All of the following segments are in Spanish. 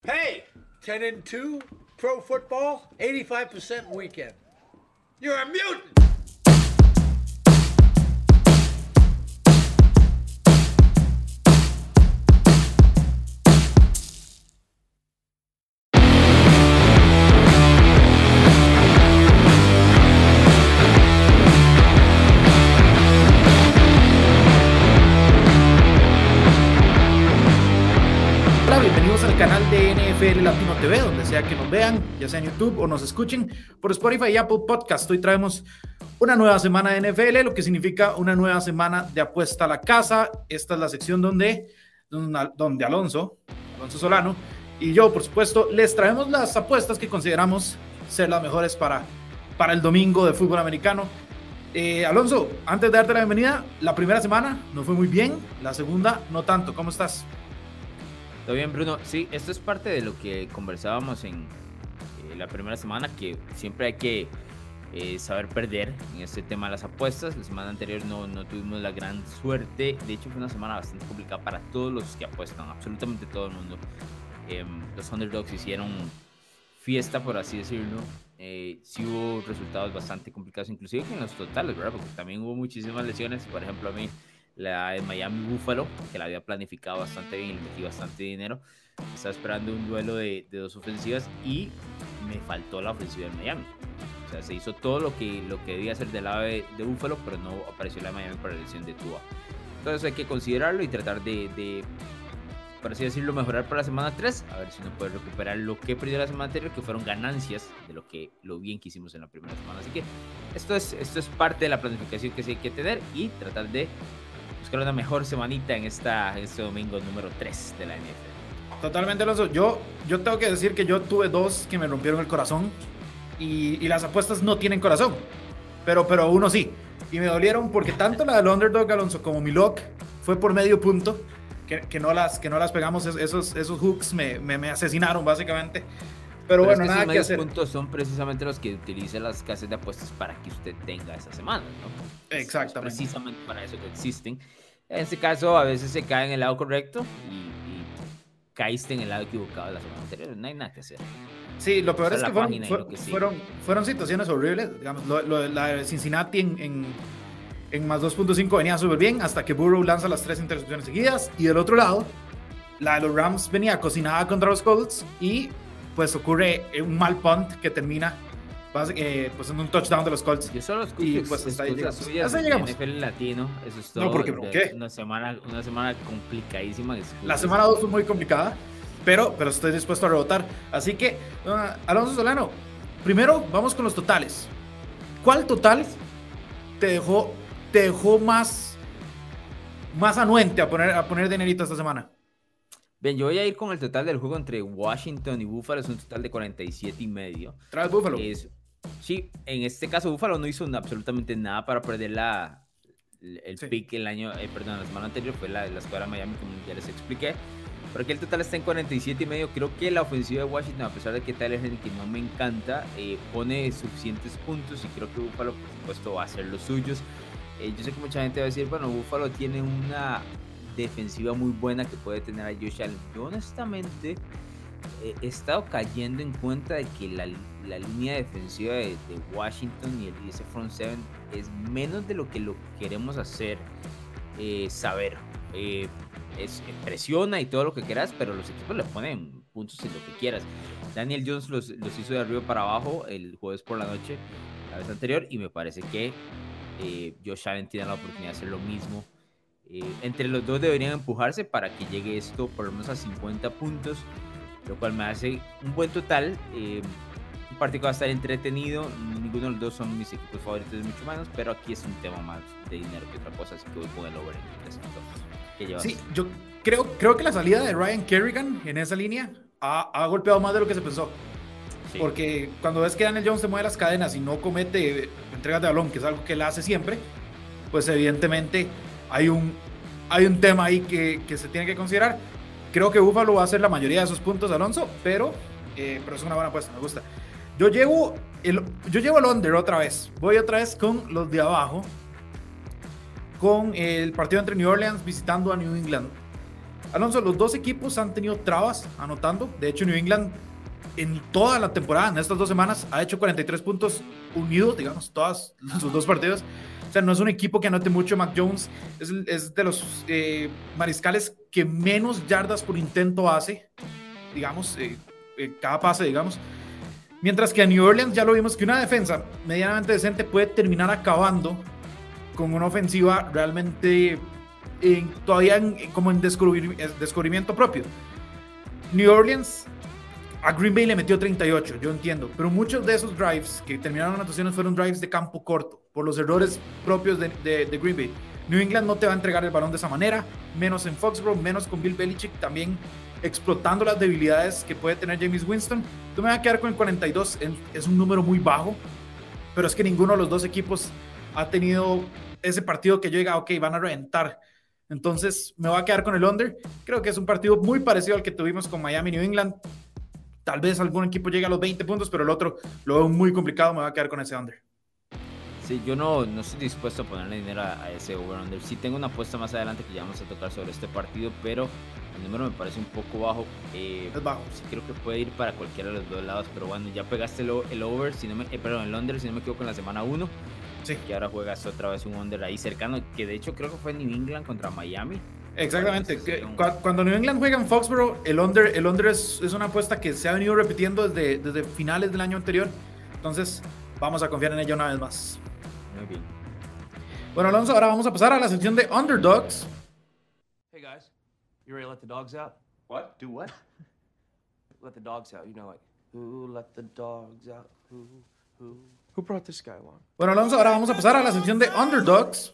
Hey, 10-2, pro football, 85% weekend. You're a mutant! Canal de NFL Latino TV, donde sea que nos vean, ya sea en YouTube o nos escuchen por Spotify y Apple Podcast. Hoy traemos una nueva semana de NFL, lo que significa una nueva semana de apuesta a la casa. Esta es la sección donde Alonso Solano y yo, por supuesto, les traemos las apuestas que consideramos ser las mejores para el domingo de fútbol americano. Alonso, antes de darte la bienvenida, la primera semana nos fue muy bien, la segunda no tanto. ¿Cómo estás? Todo bien, Bruno. Sí, esto es parte de lo que conversábamos en la primera semana, que siempre hay que saber perder en este tema de las apuestas. La semana anterior no tuvimos la gran suerte. De hecho, fue una semana bastante complicada para todos los que apuestan, absolutamente todo el mundo. Los underdogs hicieron fiesta, por así decirlo. Sí hubo resultados bastante complicados, inclusive en los totales, ¿verdad? Porque también hubo muchísimas lesiones. Por ejemplo, a mí la de Miami Buffalo, que la había planificado bastante bien y le metí bastante dinero. Estaba esperando un duelo de dos ofensivas y me faltó la ofensiva de Miami. O sea, se hizo todo lo que debía hacer del lado de Buffalo, pero no apareció la de Miami para la lesión de Tua. Entonces hay que considerarlo y tratar de por así decirlo, mejorar para la semana 3, a ver si uno puede recuperar lo que perdió la semana anterior, que fueron ganancias de lo bien que hicimos en la primera semana. Así que esto es parte de la planificación que sí hay que tener y tratar de buscar una mejor semanita en este domingo número 3 de la NFL. Totalmente, Alonso. Yo tengo que decir que yo tuve dos que me rompieron el corazón y las apuestas no tienen corazón, pero uno sí. Y me dolieron porque tanto la del underdog, Alonso, como mi lock fue por medio punto, que no las pegamos. Esos hooks me asesinaron básicamente. Pero bueno, nada que hacer. Esos puntos son precisamente los que utiliza las casas de apuestas para que usted tenga esa semana, ¿no? Exactamente. Es precisamente para eso que existen. En este caso, a veces se cae en el lado correcto y caíste en el lado equivocado de la semana anterior. No hay nada que hacer. Sí, lo peor es que fueron situaciones horribles. Digamos, la de Cincinnati en más 2.5 venía súper bien hasta que Burrow lanza las 3 intercepciones seguidas. Y del otro lado, la de los Rams venía cocinada contra los Colts y pues ocurre un mal punt que termina pues en un touchdown de los Colts. Yo solo escucho y pues hasta ahí llegamos. NFL Latino, eso es todo. No, porque ¿qué? Una semana complicadísima. La semana 2 fue muy complicada, pero estoy dispuesto a rebotar. Así que, Alonso Solano, primero vamos con los totales. ¿Cuál total te dejó más anuente a poner dinerito esta semana? Bien, yo voy a ir con el total del juego entre Washington y Buffalo. Es un total de 47.5. ¿Traes Buffalo? Sí, en este caso Buffalo no hizo absolutamente nada para perder el pick la semana anterior. Fue la escuadra Miami, como ya les expliqué. Pero aquí el total está en 47.5. Creo que la ofensiva de Washington, a pesar de que Tyler Henry, que no me encanta, pone suficientes puntos. Y creo que Buffalo, por supuesto, va a hacer los suyos. Yo sé que mucha gente va a decir, bueno, Buffalo tiene una defensiva muy buena que puede tener a Josh Allen. Yo honestamente he estado cayendo en cuenta de que la línea defensiva de Washington y ese front seven es menos de lo que queremos hacer saber. Presiona y todo lo que quieras, pero los equipos le ponen puntos en lo que quieras. Daniel Jones los hizo de arriba para abajo el jueves por la noche, la vez anterior, y me parece que Josh Allen tiene la oportunidad de hacer lo mismo. Entre los dos deberían empujarse para que llegue esto por lo menos a 50 puntos, lo cual me hace un buen total. Un partido va a estar entretenido. Ninguno de los dos son mis equipos favoritos, mucho menos, pero aquí es un tema más de dinero que otra cosa, así que voy con el over en 3 puntos. ¿Qué llevas? Sí, yo creo que la salida de Ryan Kerrigan en esa línea ha golpeado más de lo que se pensó. Sí. Porque cuando ves que Daniel Jones se mueve las cadenas y no comete entregas de balón, que es algo que él hace siempre, pues evidentemente hay un tema ahí que se tiene que considerar. Creo que Buffalo va a hacer la mayoría de esos puntos, Alonso, pero es una buena apuesta, me gusta. Yo llevo el under otra vez. Voy otra vez con los de abajo, con el partido entre New Orleans visitando a New England. Alonso, los dos equipos han tenido trabas anotando. De hecho, New England en toda la temporada, en estas 2 semanas, ha hecho 43 puntos unidos, digamos, todos sus 2 partidos. O sea, no es un equipo que anote mucho. Mac Jones es de los mariscales que menos yardas por intento hace, digamos, cada pase, digamos. Mientras que a New Orleans ya lo vimos que una defensa medianamente decente puede terminar acabando con una ofensiva realmente todavía como en descubrimiento propio. New Orleans a Green Bay le metió 38, yo entiendo, pero muchos de esos drives que terminaron en anotaciones fueron drives de campo corto, por los errores propios de Green Bay. New England no te va a entregar el balón de esa manera, menos en Foxborough, menos con Bill Belichick también explotando las debilidades que puede tener Jameis Winston. Tú me vas a quedar con el 42, es un número muy bajo, pero es que ninguno de los dos equipos ha tenido ese partido que yo diga, ok, van a reventar. Entonces me voy a quedar con el under. Creo que es un partido muy parecido al que tuvimos con Miami New England. Tal vez algún equipo llegue a los 20 puntos, pero el otro lo veo muy complicado. Me voy a quedar con ese under. Sí, yo no estoy dispuesto a ponerle dinero a ese over-under. Sí tengo una apuesta más adelante que ya vamos a tocar sobre este partido, pero el número me parece un poco bajo. Es bajo. Sí creo que puede ir para cualquiera de los dos lados, pero bueno, ya pegaste el over, el under, si no me equivoco, en la semana 1. Sí. Que ahora juegas otra vez un under ahí cercano, que de hecho creo que fue New England contra Miami. Exactamente. Cuando New England juega en Foxborough, el under es una apuesta que se ha venido repitiendo desde finales del año anterior. Entonces, vamos a confiar en ella una vez más. Muy bien. Bueno, Alonso, ahora vamos a pasar a la sección de Underdogs. Hey guys, you ready to let the dogs out? What? Do what? Let the dogs out. You know, like, who let the dogs out? Who brought this guy along? Bueno, Alonso, ahora vamos a pasar a la sección de Underdogs.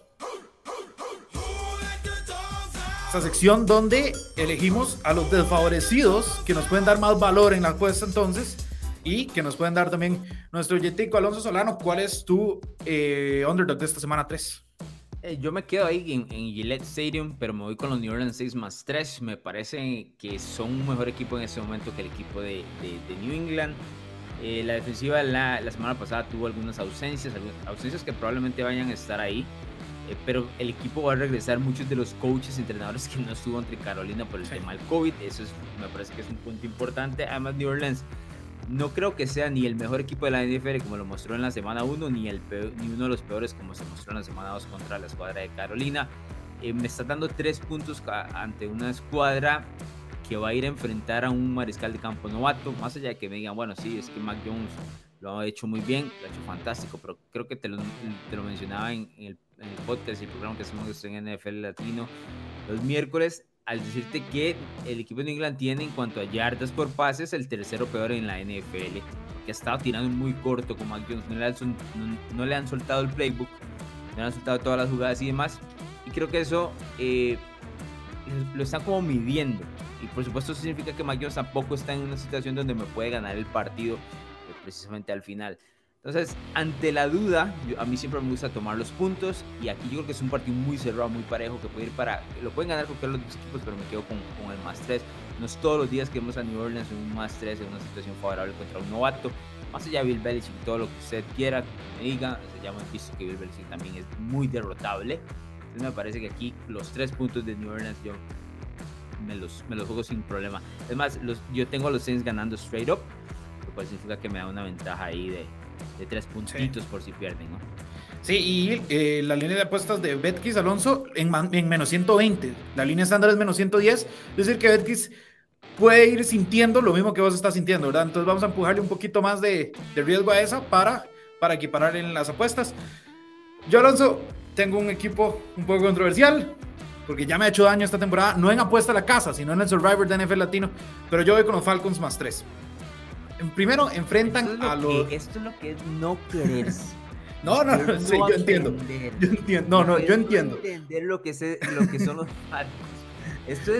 Esta sección donde elegimos a los desfavorecidos que nos pueden dar más valor en la apuesta entonces y que nos pueden dar también nuestro yetico. Alonso Solano, ¿cuál es tu underdog de esta semana 3? Yo me quedo ahí en Gillette Stadium, pero me voy con los New Orleans Saints +3. Me parece que son un mejor equipo en este momento que el equipo de New England. La defensiva la semana pasada tuvo algunas ausencias que probablemente vayan a estar ahí. Pero el equipo va a regresar muchos de los coaches, entrenadores que no estuvo entre Carolina por el tema del COVID. Eso me parece que es un punto importante. Además, New Orleans no creo que sea ni el mejor equipo de la NFL como lo mostró en la semana 1, ni uno de los peores como se mostró en la semana 2 contra la escuadra de Carolina. Me está dando 3 puntos ante una escuadra que va a ir a enfrentar a un mariscal de campo novato. Más allá de que me digan, bueno, sí, es que Mac Jones lo ha hecho muy bien, lo ha hecho fantástico, pero creo que te lo mencionaba en el podcast y el programa que hacemos en NFL Latino los miércoles, al decirte que el equipo de New England tiene en cuanto a yardas por pases el tercero peor en la NFL, que ha estado tirando muy corto con Mac Jones, no le han soltado el playbook, no le han soltado todas las jugadas y demás, y creo que eso lo están como midiendo, y por supuesto eso significa que Mac Jones tampoco está en una situación donde me puede ganar el partido precisamente al final. Entonces, ante la duda, a mí siempre me gusta tomar los puntos, y aquí yo creo que es un partido muy cerrado, muy parejo, que puede ir lo pueden ganar cualquiera de los dos equipos, pero me quedo con el +3. No es todos los días que vemos a New Orleans en un +3 en una situación favorable contra un novato, más allá de Bill Belichick, todo lo que usted quiera, me diga, ya hemos visto que Bill Belichick también es muy derrotable. Entonces me parece que aquí los 3 puntos de New Orleans yo me los juego sin problema. Es más, yo tengo a los Saints ganando straight up, lo cual significa que me da una ventaja ahí de 3 puntitos, sí, por si pierden, ¿no? Sí, y la línea de apuestas de Betcris, Alonso, en menos 120. La línea estándar es menos 110. Es decir, que Betcris puede ir sintiendo lo mismo que vos estás sintiendo, ¿verdad? Entonces vamos a empujarle un poquito más de riesgo a esa para equiparar en las apuestas. Yo, Alonso, tengo un equipo un poco controversial, porque ya me ha hecho daño esta temporada, no en apuesta a la casa, sino en el Survivor de NFL Latino, pero yo voy con los Falcons +3. Primero enfrentan a los... Esto es lo que es no querer. No, sí, yo entiendo. Yo entiendo. Entender lo que son los Falcons. Esto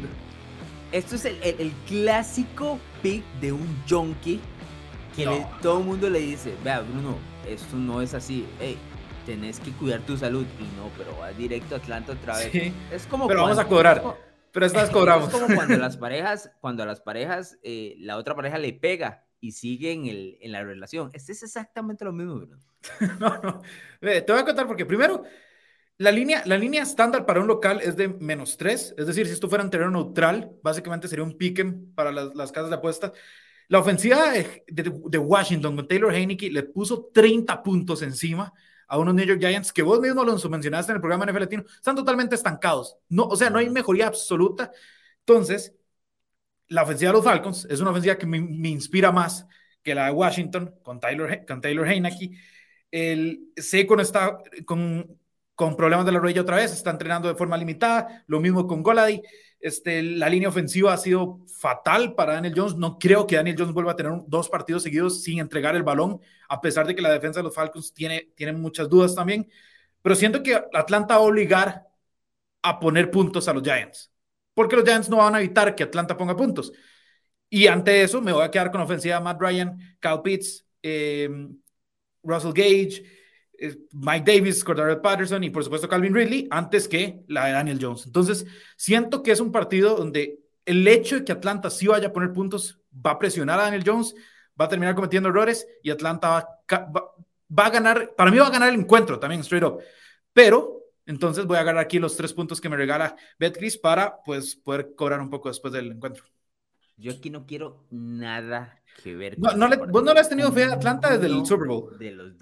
es el clásico pick de un junkie que todo el mundo le dice, vea, Bruno, esto no es así. Hey, tenés que cuidar tu salud. Y no, pero vas directo a Atlanta otra vez. Sí, es como pero vamos a cobrar. Pero estas cobramos. Es como cuando a las parejas, la otra pareja le pega y sigue en la relación. Este es exactamente lo mismo, Bruno. No. Te voy a contar porque primero, La línea estándar para un local es de -3, es decir, si esto fuera un terreno neutral, básicamente sería un pick'em para las casas de apuestas. La ofensiva de Washington con Taylor Heinicke le puso 30 puntos encima a unos New York Giants que vos mismo los mencionaste en el programa NFL Latino, están totalmente estancados. No, o sea, no hay mejoría absoluta. Entonces, la ofensiva de los Falcons es una ofensiva que me inspira más que la de Washington con Taylor Heinicke. El Saquon está con problemas de la rodilla otra vez, está entrenando de forma limitada, lo mismo con Golladay. La línea ofensiva ha sido fatal para Daniel Jones. No creo que Daniel Jones vuelva a tener 2 partidos seguidos sin entregar el balón, a pesar de que la defensa de los Falcons tiene muchas dudas también. Pero siento que Atlanta va a obligar a poner puntos a los Giants, porque los Giants no van a evitar que Atlanta ponga puntos. Y ante eso me voy a quedar con la ofensiva de Matt Ryan, Kyle Pitts, Russell Gage, Mike Davis, Cordarrelle Patterson y por supuesto Calvin Ridley, antes que la de Daniel Jones. Entonces siento que es un partido donde el hecho de que Atlanta sí vaya a poner puntos va a presionar a Daniel Jones, va a terminar cometiendo errores y Atlanta va a ganar, para mí va a ganar el encuentro también straight up, pero entonces voy a agarrar aquí los 3 puntos que me regala Betcris para pues poder cobrar un poco después del encuentro. Yo aquí no quiero nada que ver con vos no le has tenido fe a Atlanta desde el Super Bowl.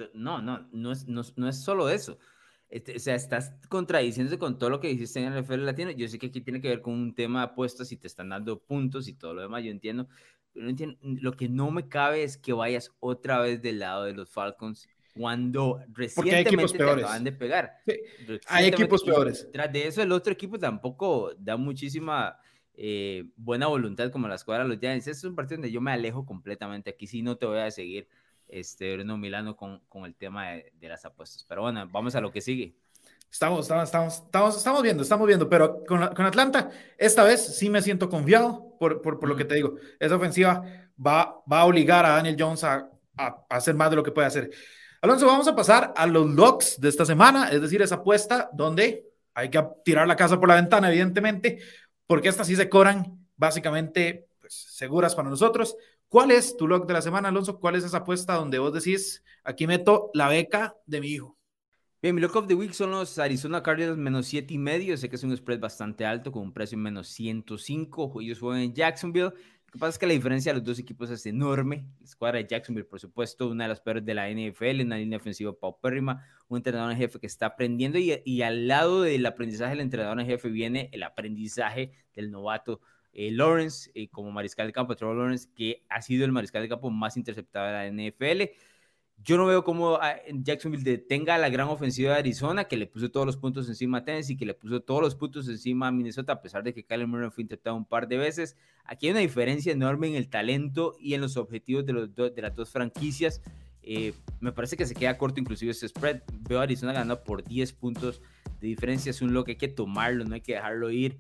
No es solo eso. O sea, estás contradiciéndose con todo lo que dijiste en el NFL Latino. Yo sé que aquí tiene que ver con un tema de apuestas y te están dando puntos y todo lo demás, yo entiendo. Pero no entiendo. Lo que no me cabe es que vayas otra vez del lado de los Falcons cuando recientemente te acaban de pegar. Sí, hay equipos peores. Tras de eso, el otro equipo tampoco da muchísima buena voluntad como la escuadra de los Giants. Este es un partido donde yo me alejo completamente. Aquí sí no te voy a seguir, Bruno Milano, con el tema de las apuestas. Pero bueno, vamos a lo que sigue. Estamos viendo, pero con Atlanta, esta vez sí me siento confiado por lo que te digo. Esa ofensiva va a obligar a Daniel Jones a hacer más de lo que puede hacer. Alonso, vamos a pasar a los locks de esta semana, es decir, esa apuesta donde hay que tirar la casa por la ventana, evidentemente, porque estas sí se cobran básicamente pues, seguras para nosotros. ¿Cuál es tu lock de la semana, Alonso? ¿Cuál es esa apuesta donde vos decís, aquí meto la beca de mi hijo? Bien, mi lock of the week son los Arizona Cardinals -7.5. Sé que es un spread bastante alto con un precio en -105. Ellos juegan en Jacksonville. Lo que pasa es que la diferencia de los dos equipos es enorme. La escuadra de Jacksonville, por supuesto, una de las peores de la NFL, una línea ofensiva paupérrima, un entrenador en jefe que está aprendiendo y al lado del aprendizaje del entrenador en jefe viene el aprendizaje del novato Lawrence, como mariscal de campo, Trevor Lawrence, que ha sido el mariscal de campo más interceptado de la NFL. Yo no veo cómo Jacksonville detenga la gran ofensiva de Arizona, que le puso todos los puntos encima a Tennessee, que le puso todos los puntos encima a Minnesota, a pesar de que Kyler Murray fue interceptado un par de veces. Aquí hay una diferencia enorme en el talento y en los objetivos de las dos franquicias. Me parece que se queda corto inclusive ese spread. Veo a Arizona ganando por 10 puntos de diferencia. Es un lock, hay que tomarlo, no hay que dejarlo ir.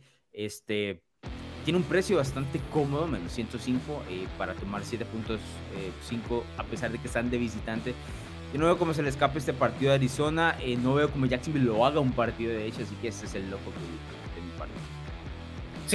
Tiene un precio bastante cómodo, -105, para tomar 7.5, a pesar de que están de visitante. Yo no veo cómo se le escape este partido de Arizona, no veo cómo Jacksonville lo haga un partido de hecho, así que ese es el loco de mi parte. Sí,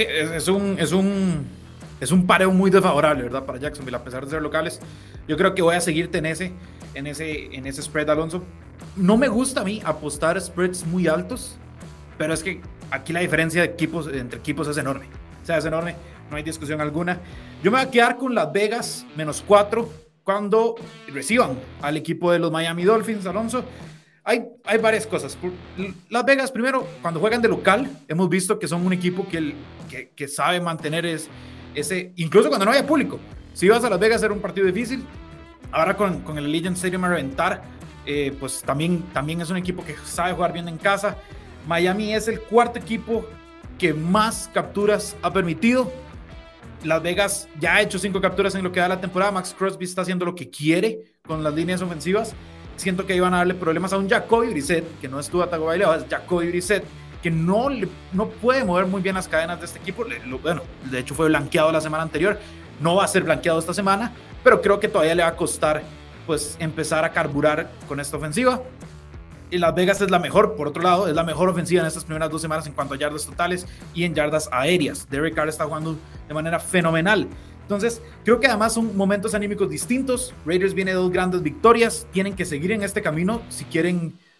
es un pareo muy desfavorable, ¿verdad? Para Jacksonville, a pesar de ser locales. Yo creo que voy a seguirte en ese spread, Alonso. No me gusta a mí apostar spreads muy altos, pero es que aquí la diferencia entre equipos es enorme. O sea, es enorme, no hay discusión alguna. Yo me voy a quedar con Las Vegas -4 cuando reciban al equipo de los Miami Dolphins, Alonso. Hay varias cosas. Las Vegas, primero, cuando juegan de local, hemos visto que son un equipo que sabe mantener ese, incluso cuando no haya público. Si vas a Las Vegas era un partido difícil, ahora con el Allegiant Stadium a reventar, pues también es un equipo que sabe jugar bien en casa. Miami es el cuarto equipo que más capturas ha permitido. Las Vegas ya ha hecho 5 capturas en lo que da la temporada. Max Crosby está haciendo lo que quiere con las líneas ofensivas. Siento que iban a darle problemas a un Jacoby Brissett, que no es Tua Tagovailoa, es Jacoby Brissett, que no puede mover muy bien las cadenas de este equipo. Bueno, de hecho fue blanqueado la semana anterior, no va a ser blanqueado esta semana, pero creo que todavía le va a costar pues empezar a carburar con esta ofensiva. Y Las Vegas es la mejor, por otro lado, es la mejor ofensiva en estas primeras 2 semanas en cuanto a yardas totales y en yardas aéreas. Derek Carr está jugando de manera fenomenal. Entonces, creo que además son momentos anímicos distintos. Raiders viene de 2 grandes victorias, tienen que seguir en este camino si quieren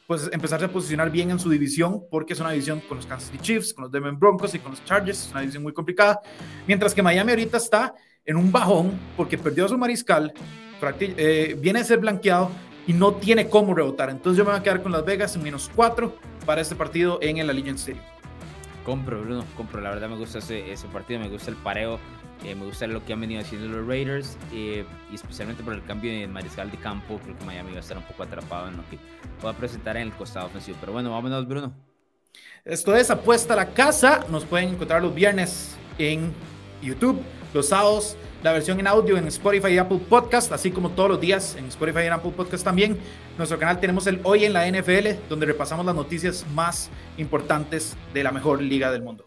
pues empezarse a posicionar bien en su división, porque es una división con los Kansas City Chiefs, con los Denver Broncos y con los Chargers, es una división muy complicada, mientras que Miami ahorita está en un bajón porque perdió a su mariscal, viene a ser blanqueado y no tiene cómo rebotar. Entonces yo me voy a quedar con Las Vegas en -4 para este partido en el Allegiant Stadium. Compro, Bruno, compro. La verdad me gusta ese partido, me gusta el pareo, me gusta lo que han venido haciendo los Raiders, y especialmente por el cambio de mariscal de campo. Creo que Miami va a estar un poco atrapado en lo que pueda presentar en el costado ofensivo. Pero bueno, vámonos, Bruno. Esto es Apuesta a la Casa. Nos pueden encontrar los viernes en YouTube, los sábados la versión en audio en Spotify y Apple Podcast, así como todos los días en Spotify y Apple Podcast también. En nuestro canal tenemos el Hoy en la NFL, donde repasamos las noticias más importantes de la mejor liga del mundo.